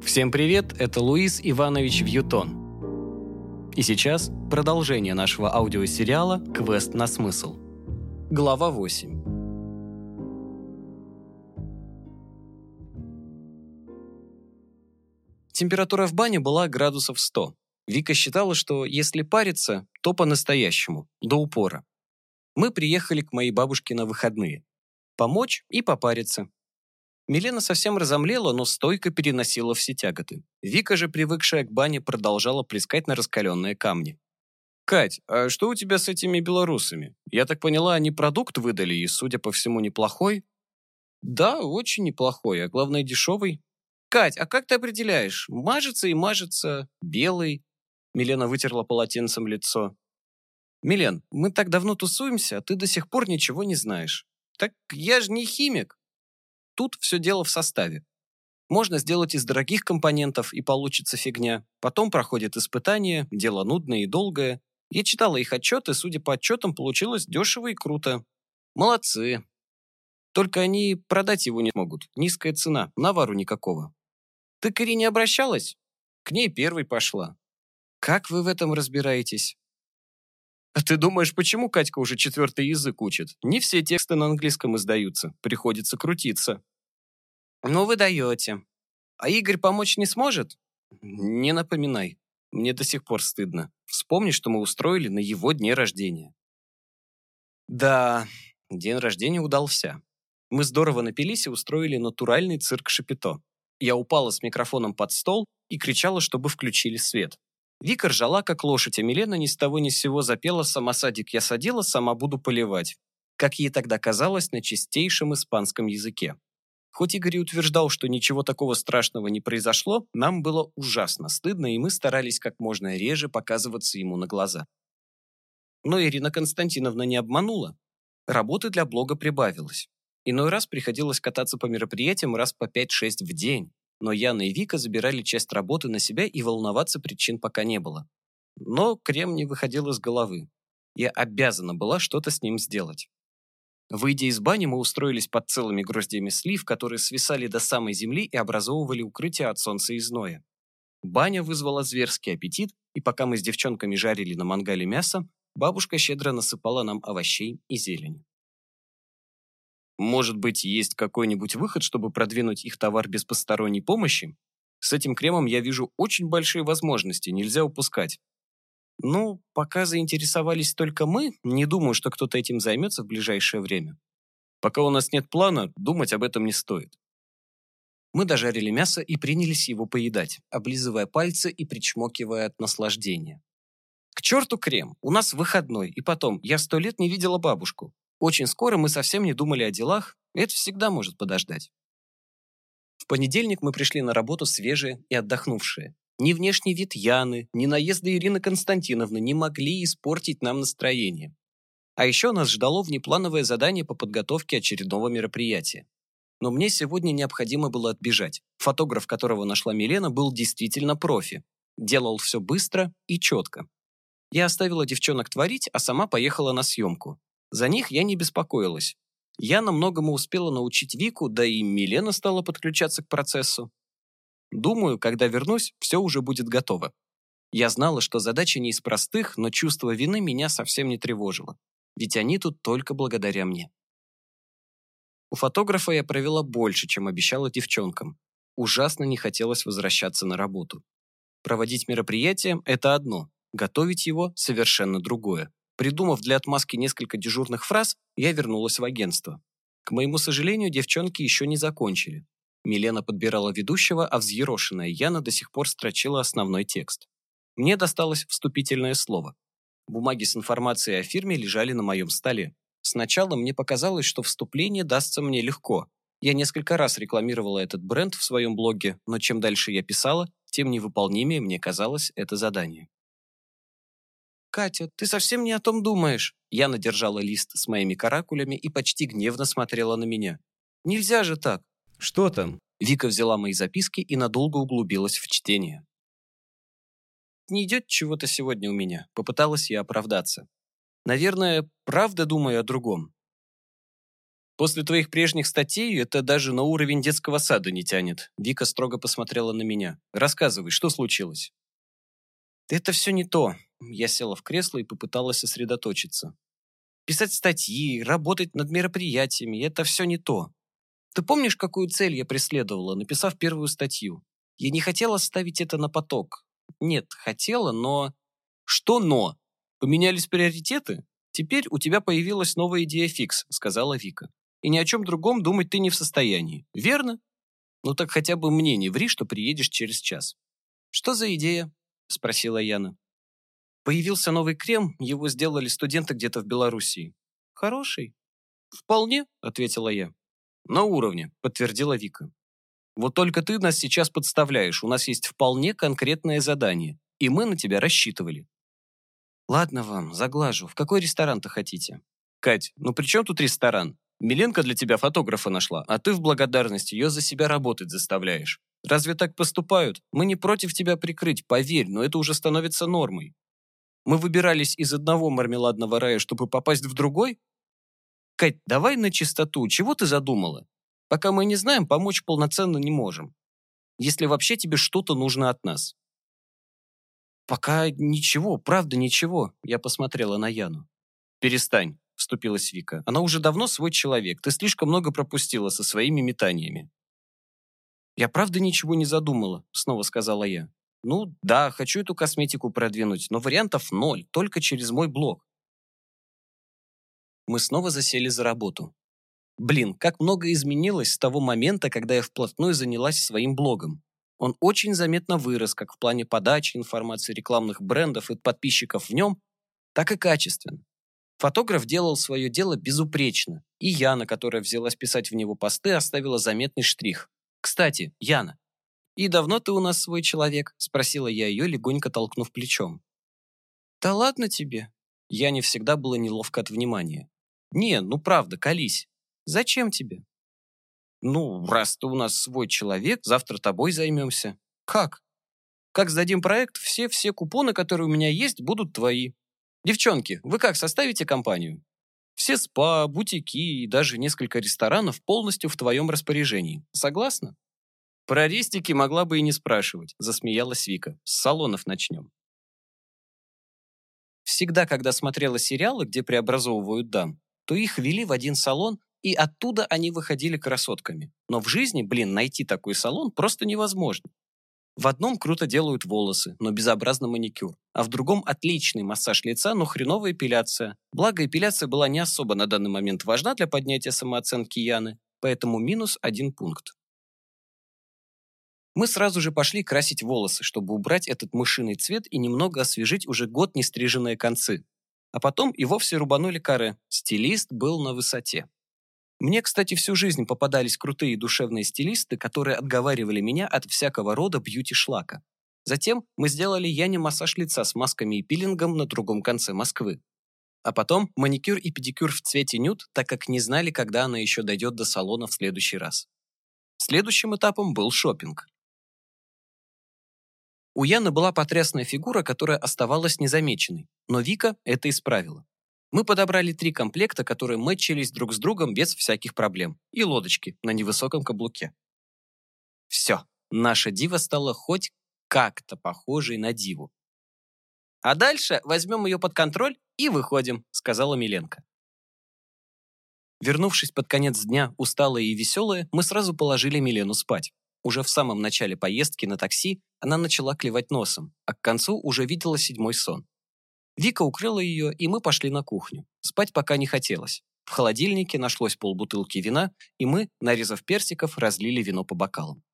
Всем привет, это Луис Иванович Вьютон. И сейчас продолжение нашего аудиосериала «Квест на смысл». Глава 8. Температура в бане была градусов 100. Вика считала, что если париться, то по-настоящему, до упора. Мы приехали к моей бабушке на выходные. Помочь и попариться. Милена совсем разомлела, но стойко переносила все тяготы. Вика же, привыкшая к бане, продолжала плескать на раскаленные камни. «Кать, а что у тебя с этими белорусами? Я так поняла, они продукт выдали и, судя по всему, неплохой?» «Да, очень неплохой, а главное, дешевый». «Кать, а как ты определяешь? Мажется и мажется, белый?» Милена вытерла полотенцем лицо. «Милен, мы так давно тусуемся, а ты до сих пор ничего не знаешь». «Так я же не химик». Тут все дело в составе. Можно сделать из дорогих компонентов, и получится фигня. Потом проходит испытание, дело нудное и долгое. Я читала их отчеты, судя по отчетам, получилось дешево и круто. Молодцы. Только они продать его не могут. Низкая цена, навару никакого. Ты к Ирине обращалась? К ней первой пошла. Как вы в этом разбираетесь? А ты думаешь, почему Катька уже 4-й язык учит? Не все тексты на английском издаются. Приходится крутиться. Ну вы даете. А Игорь помочь не сможет? Не напоминай. Мне до сих пор стыдно. Вспомни, что мы устроили на его дне рождения. Да, день рождения удался. Мы здорово напились и устроили натуральный цирк Шапито. Я упала с микрофоном под стол и кричала, чтобы включили свет. Вика ржала, как лошадь, а Милена ни с того ни с сего запела «Сама садик я садила, сама буду поливать», как ей тогда казалось на чистейшем испанском языке. Хоть Игорь и утверждал, что ничего такого страшного не произошло, нам было ужасно стыдно, и мы старались как можно реже показываться ему на глаза. Но Ирина Константиновна не обманула. Работы для блога прибавилось. Иной раз приходилось кататься по мероприятиям раз по 5-6 в день, но Яна и Вика забирали часть работы на себя, и волноваться причин пока не было. Но крем не выходил из головы. Я обязана была что-то с ним сделать. Выйдя из бани, мы устроились под целыми гроздьями слив, которые свисали до самой земли и образовывали укрытие от солнца и зноя. Баня вызвала зверский аппетит, и пока мы с девчонками жарили на мангале мясо, бабушка щедро насыпала нам овощей и зелени. Может быть, есть какой-нибудь выход, чтобы продвинуть их товар без посторонней помощи? С этим кремом я вижу очень большие возможности, нельзя упускать. Ну, пока заинтересовались только мы, не думаю, что кто-то этим займется в ближайшее время. Пока у нас нет плана, думать об этом не стоит. Мы дожарили мясо и принялись его поедать, облизывая пальцы и причмокивая от наслаждения. К черту крем, у нас выходной, и потом, я 100 лет не видела бабушку. Очень скоро мы совсем не думали о делах, это всегда может подождать. В понедельник мы пришли на работу свежие и отдохнувшие. Ни внешний вид Яны, ни наезды Ирины Константиновны не могли испортить нам настроение. А еще нас ждало внеплановое задание по подготовке очередного мероприятия. Но мне сегодня необходимо было отбежать. Фотограф, которого нашла Милена, был действительно профи. Делал все быстро и четко. Я оставила девчонок творить, а сама поехала на съемку. За них я не беспокоилась. Яна многому успела научить Вику, да и Милена стала подключаться к процессу. Думаю, когда вернусь, все уже будет готово. Я знала, что задача не из простых, но чувство вины меня совсем не тревожило. Ведь они тут только благодаря мне. У фотографа я провела больше, чем обещала девчонкам. Ужасно не хотелось возвращаться на работу. Проводить мероприятие – это одно, готовить его – совершенно другое. Придумав для отмазки несколько дежурных фраз, я вернулась в агентство. К моему сожалению, девчонки еще не закончили. Милена подбирала ведущего, а взъерошенная Яна до сих пор строчила основной текст. Мне досталось вступительное слово. Бумаги с информацией о фирме лежали на моем столе. Сначала мне показалось, что вступление дастся мне легко. Я несколько раз рекламировала этот бренд в своем блоге, но чем дальше я писала, тем невыполнимее мне казалось это задание. «Катя, ты совсем не о том думаешь!» Яна держала лист с моими каракулями и почти гневно смотрела на меня. «Нельзя же так!» «Что там?» Вика взяла мои записки и надолго углубилась в чтение. «Не идет чего-то сегодня у меня», — попыталась я оправдаться. «Наверное, правда думаю о другом». После твоих прежних статей это даже на уровень детского сада не тянет. Вика строго посмотрела на меня. Рассказывай, что случилось? Это все не то. Я села в кресло и попыталась сосредоточиться. Писать статьи, работать над мероприятиями – это все не то. Ты помнишь, какую цель я преследовала, написав первую статью? Я не хотела ставить это на поток. Нет, хотела, но... Что но? Поменялись приоритеты? Теперь у тебя появилась новая идея фикс, сказала Вика. И ни о чем другом думать ты не в состоянии. Верно? Ну так хотя бы мне не ври, что приедешь через час. Что за идея? Спросила Яна. Появился новый крем, его сделали студенты где-то в Белоруссии. Хороший? Вполне, ответила я. На уровне, подтвердила Вика. Вот только ты нас сейчас подставляешь, у нас есть вполне конкретное задание, и мы на тебя рассчитывали. Ладно вам, заглажу. В какой ресторан-то хотите? Кать, ну при чем тут ресторан? Миленко для тебя фотографа нашла, а ты в благодарность ее за себя работать заставляешь. Разве так поступают? Мы не против тебя прикрыть, поверь, но это уже становится нормой. Мы выбирались из одного мармеладного рая, чтобы попасть в другой? Кать, давай на чистоту, чего ты задумала? Пока мы не знаем, помочь полноценно не можем. Если вообще тебе что-то нужно от нас. Пока ничего, правда ничего, я посмотрела на Яну. Перестань, вступилась Вика. Она уже давно свой человек, ты слишком много пропустила со своими метаниями. Я правда ничего не задумала, снова сказала я. Ну да, хочу эту косметику продвинуть, но вариантов ноль, только через мой блог. Мы снова засели за работу. Блин, как много изменилось с того момента, когда я вплотную занялась своим блогом. Он очень заметно вырос как в плане подачи информации рекламных брендов и подписчиков в нем, так и качественно. Фотограф делал свое дело безупречно, и Яна, которая взялась писать в него посты, оставила заметный штрих. Кстати, Яна, «И давно ты у нас свой человек?» – спросила я ее, легонько толкнув плечом. «Да ладно тебе». Яне всегда было неловко от внимания. «Не, ну правда, колись. Зачем тебе?» «Ну, раз ты у нас свой человек, завтра тобой займемся». «Как?» «Как сдадим проект, все купоны, которые у меня есть, будут твои. Девчонки, вы как, составите компанию?» «Все спа, бутики и даже несколько ресторанов полностью в твоем распоряжении. Согласна?» «Про рестики могла бы и не спрашивать», – засмеялась Вика. «С салонов начнем». Всегда, когда смотрела сериалы, где преобразовывают дам, то их вели в один салон, и оттуда они выходили красотками. Но в жизни, блин, найти такой салон просто невозможно. В одном круто делают волосы, но безобразно маникюр, а в другом отличный массаж лица, но хреновая эпиляция. Благо, эпиляция была не особо на данный момент важна для поднятия самооценки Яны, поэтому минус 1 пункт. Мы сразу же пошли красить волосы, чтобы убрать этот мышиный цвет и немного освежить уже год нестриженные концы. А потом и вовсе рубанули каре. Стилист был на высоте. Мне, кстати, всю жизнь попадались крутые душевные стилисты, которые отговаривали меня от всякого рода бьюти-шлака. Затем мы сделали Яне массаж лица с масками и пилингом на другом конце Москвы. А потом маникюр и педикюр в цвете нюд, так как не знали, когда она еще дойдет до салона в следующий раз. Следующим этапом был шопинг. У Яны была потрясная фигура, которая оставалась незамеченной, но Вика это исправила. Мы подобрали 3 комплекта, которые мэтчились друг с другом без всяких проблем, и лодочки на невысоком каблуке. Все, наша дива стала хоть как-то похожей на диву. «А дальше возьмем ее под контроль и выходим», — сказала Миленко. Вернувшись под конец дня, усталые и веселые, мы сразу положили Милену спать. Уже в самом начале поездки на такси она начала клевать носом, а к концу уже видела 7-й сон. Вика укрыла ее, и мы пошли на кухню. Спать пока не хотелось. В холодильнике нашлось полбутылки вина, и мы, нарезав персиков, разлили вино по бокалам.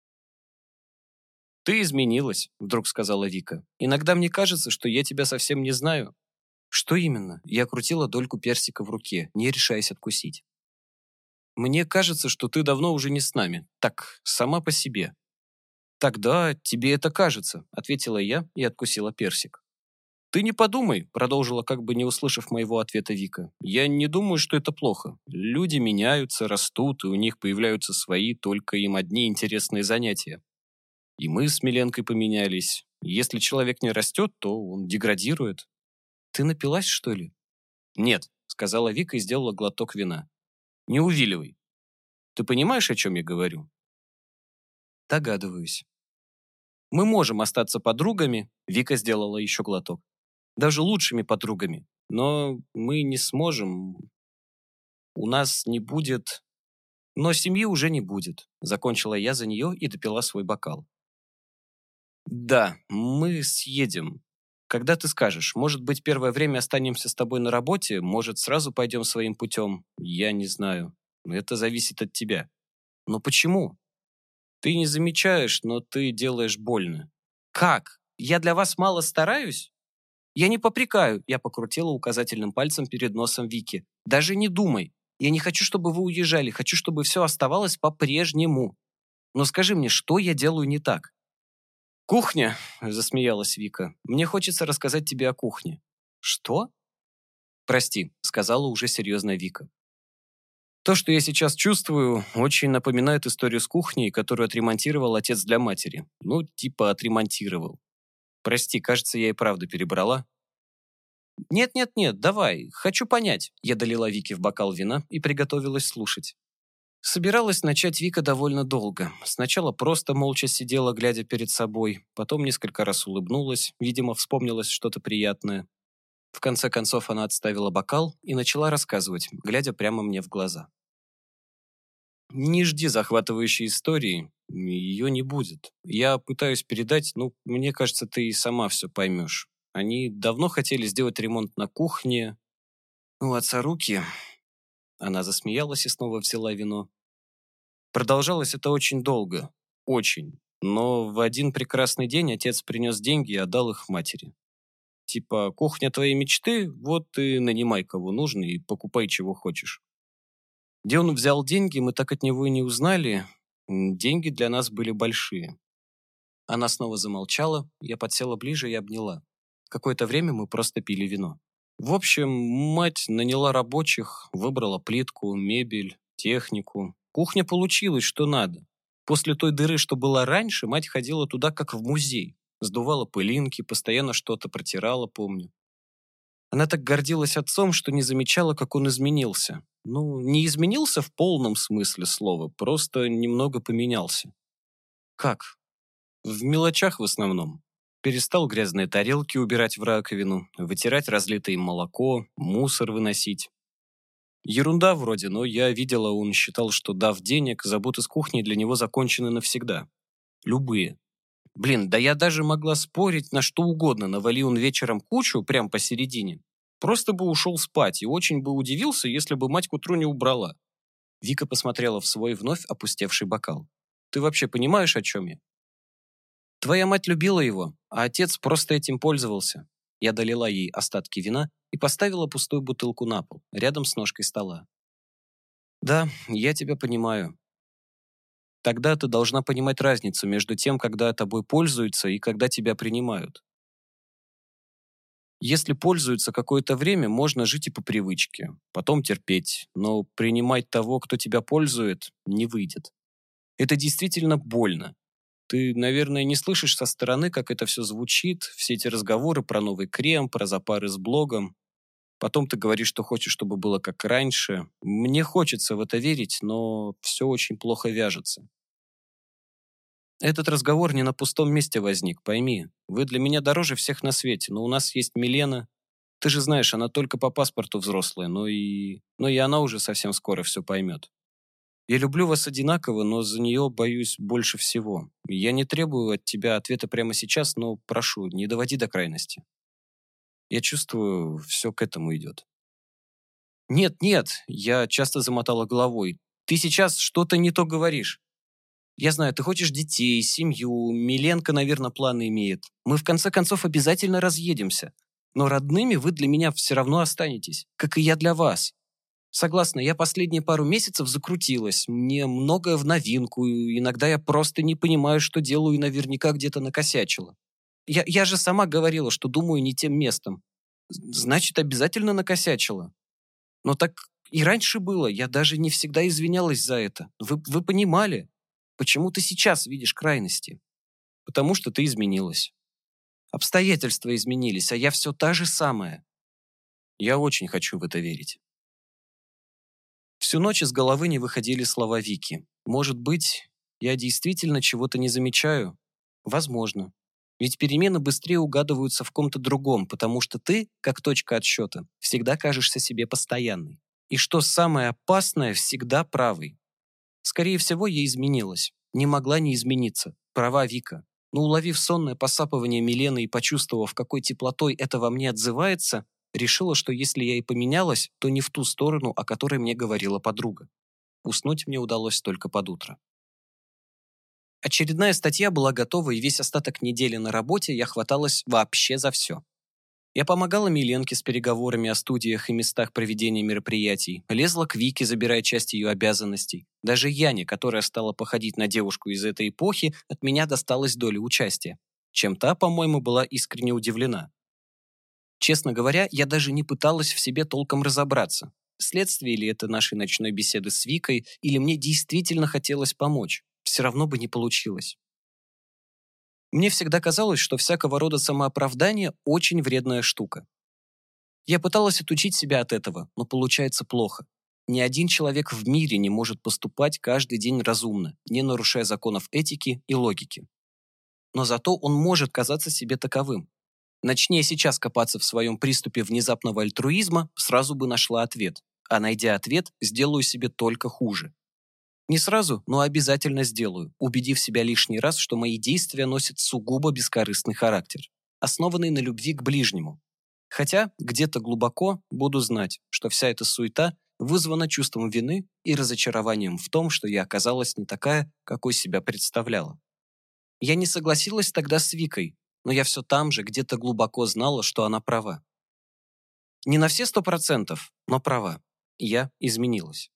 «Ты изменилась», — вдруг сказала Вика. «Иногда мне кажется, что я тебя совсем не знаю». «Что именно?» Я крутила дольку персика в руке, не решаясь откусить. «Мне кажется, что ты давно уже не с нами. Так, сама по себе». «Тогда тебе это кажется», — ответила я и откусила персик. «Ты не подумай», — продолжила, как бы не услышав моего ответа Вика. «Я не думаю, что это плохо. Люди меняются, растут, и у них появляются свои, только им одни интересные занятия. И мы с Миленкой поменялись. Если человек не растет, то он деградирует». «Ты напилась, что ли?» «Нет», — сказала Вика и сделала глоток вина. Не увиливай. Ты понимаешь, о чем я говорю? Догадываюсь. Мы можем остаться подругами, Вика сделала еще глоток. Даже лучшими подругами. Но мы не сможем. У нас не будет. Но семьи уже не будет. Закончила я за нее и допила свой бокал. Да, мы съедем. Когда ты скажешь, может быть, первое время останемся с тобой на работе, может, сразу пойдем своим путем. Я не знаю. Это зависит от тебя. Но почему? Ты не замечаешь, но ты делаешь больно. Как? Я для вас мало стараюсь? Я не попрекаю. Я покрутила указательным пальцем перед носом Вики. Даже не думай. Я не хочу, чтобы вы уезжали. Хочу, чтобы все оставалось по-прежнему. Но скажи мне, что я делаю не так? «Кухня», — засмеялась Вика. «Мне хочется рассказать тебе о кухне». «Что?» «Прости», — сказала уже серьезная Вика. «То, что я сейчас чувствую, очень напоминает историю с кухней, которую отремонтировал отец для матери. Ну, типа отремонтировал. Прости, кажется, я и правда перебрала». «Нет-нет-нет, давай, хочу понять». Я долила Вике в бокал вина и приготовилась слушать. Собиралась начать Вика довольно долго. Сначала просто молча сидела, глядя перед собой, потом несколько раз улыбнулась, видимо, вспомнилось что-то приятное. В конце концов она отставила бокал и начала рассказывать, глядя прямо мне в глаза. «Не жди захватывающей истории, ее не будет. Я пытаюсь передать, мне кажется, ты и сама все поймешь. Они давно хотели сделать ремонт на кухне. У отца руки...» Она засмеялась и снова взяла вино. Продолжалось это очень долго. Очень. Но в один прекрасный день отец принес деньги и отдал их матери. Типа, кухня твоей мечты, вот ты нанимай кого нужно и покупай чего хочешь. Где он взял деньги, мы так от него и не узнали. Деньги для нас были большие. Она снова замолчала, я подсела ближе и обняла. Какое-то время мы просто пили вино. В общем, мать наняла рабочих, выбрала плитку, мебель, технику. Кухня получилась, что надо. После той дыры, что была раньше, мать ходила туда как в музей. Сдувала пылинки, постоянно что-то протирала, помню. Она так гордилась отцом, что не замечала, как он изменился. Не изменился в полном смысле слова, просто немного поменялся. Как? В мелочах в основном. Перестал грязные тарелки убирать в раковину, вытирать разлитое им молоко, мусор выносить. Ерунда вроде, но я видела, он считал, что, дав денег, заботы с кухней для него закончены навсегда. Любые. Блин, да я даже могла спорить на что угодно, навали он вечером кучу прямо посередине. Просто бы ушел спать и очень бы удивился, если бы мать к утру не убрала. Вика посмотрела в свой вновь опустевший бокал. Ты вообще понимаешь, о чем я? Твоя мать любила его, а отец просто этим пользовался. Я долила ей остатки вина и поставила пустую бутылку на пол, рядом с ножкой стола. Да, я тебя понимаю. Тогда ты должна понимать разницу между тем, когда тобой пользуются и когда тебя принимают. Если пользуются какое-то время, можно жить и по привычке, потом терпеть, но принимать того, кто тебя пользует, не выйдет. Это действительно больно. Ты, наверное, не слышишь со стороны, как это все звучит, все эти разговоры про новый крем, про запары с блогом. Потом ты говоришь, что хочешь, чтобы было как раньше. Мне хочется в это верить, но все очень плохо вяжется. Этот разговор не на пустом месте возник, пойми. Вы для меня дороже всех на свете, но у нас есть Милена. Ты же знаешь, она только по паспорту взрослая, но и она уже совсем скоро все поймет. Я люблю вас одинаково, но за нее боюсь больше всего. Я не требую от тебя ответа прямо сейчас, но прошу, не доводи до крайности. Я чувствую, все к этому идет. Нет, нет, я часто замотала головой. Ты сейчас что-то не то говоришь. Я знаю, ты хочешь детей, семью, Миленко, наверное, планы имеет. Мы в конце концов обязательно разъедемся. Но родными вы для меня все равно останетесь, как и я для вас. Согласна, я последние пару месяцев закрутилась. Мне многое в новинку, и иногда я просто не понимаю, что делаю, и наверняка где-то накосячила. Я же сама говорила, что думаю не тем местом. Значит, обязательно накосячила. Но так и раньше было, я даже не всегда извинялась за это. Вы понимали? Почему ты сейчас видишь крайности? Потому что ты изменилась. Обстоятельства изменились, а я все та же самая. Я очень хочу в это верить. Всю ночь из головы не выходили слова Вики. Может быть, я действительно чего-то не замечаю? Возможно. Ведь перемены быстрее угадываются в ком-то другом, потому что ты, как точка отсчета, всегда кажешься себе постоянной. И что самое опасное, всегда правой. Скорее всего, я изменилась. Не могла не измениться. Права Вика. Но уловив сонное посапывание Милены и почувствовав, какой теплотой это во мне отзывается, решила, что если я и поменялась, то не в ту сторону, о которой мне говорила подруга. Уснуть мне удалось только под утро. Очередная статья была готова, и весь остаток недели на работе я хваталась вообще за все. Я помогала Миленке с переговорами о студиях и местах проведения мероприятий, лезла к Вике, забирая часть ее обязанностей. Даже Яне, которая стала походить на девушку из этой эпохи, от меня досталась доля участия. Чем та, по-моему, была искренне удивлена. Честно говоря, я даже не пыталась в себе толком разобраться. Следствие ли это нашей ночной беседы с Викой, или мне действительно хотелось помочь. Все равно бы не получилось. Мне всегда казалось, что всякого рода самооправдание – очень вредная штука. Я пыталась отучить себя от этого, но получается плохо. Ни один человек в мире не может поступать каждый день разумно, не нарушая законов этики и логики. Но зато он может казаться себе таковым. Начни я сейчас копаться в своем приступе внезапного альтруизма, сразу бы нашла ответ. А найдя ответ, сделаю себе только хуже. Не сразу, но обязательно сделаю, убедив себя лишний раз, что мои действия носят сугубо бескорыстный характер, основанный на любви к ближнему. Хотя где-то глубоко буду знать, что вся эта суета вызвана чувством вины и разочарованием в том, что я оказалась не такая, какой себя представляла. Я не согласилась тогда с Викой, но я все там же где-то глубоко знала, что она права. Не на все 100%, но права. Я изменилась.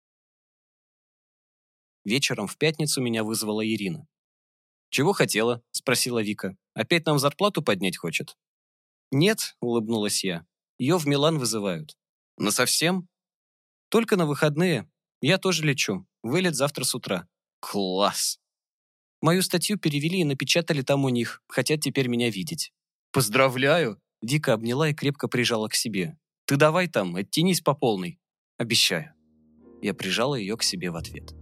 Вечером в пятницу меня вызвала Ирина. «Чего хотела?» – спросила Вика. «Опять нам зарплату поднять хочет?» «Нет», – улыбнулась я. «Ее в Милан вызывают». «Насовсем?» «Только на выходные. Я тоже лечу. Вылет завтра с утра». «Класс!» Мою статью перевели и напечатали там у них. Хотят теперь меня видеть. «Поздравляю!» Вика обняла и крепко прижала к себе. «Ты давай там, оттянись по полной». «Обещаю». Я прижала ее к себе в ответ.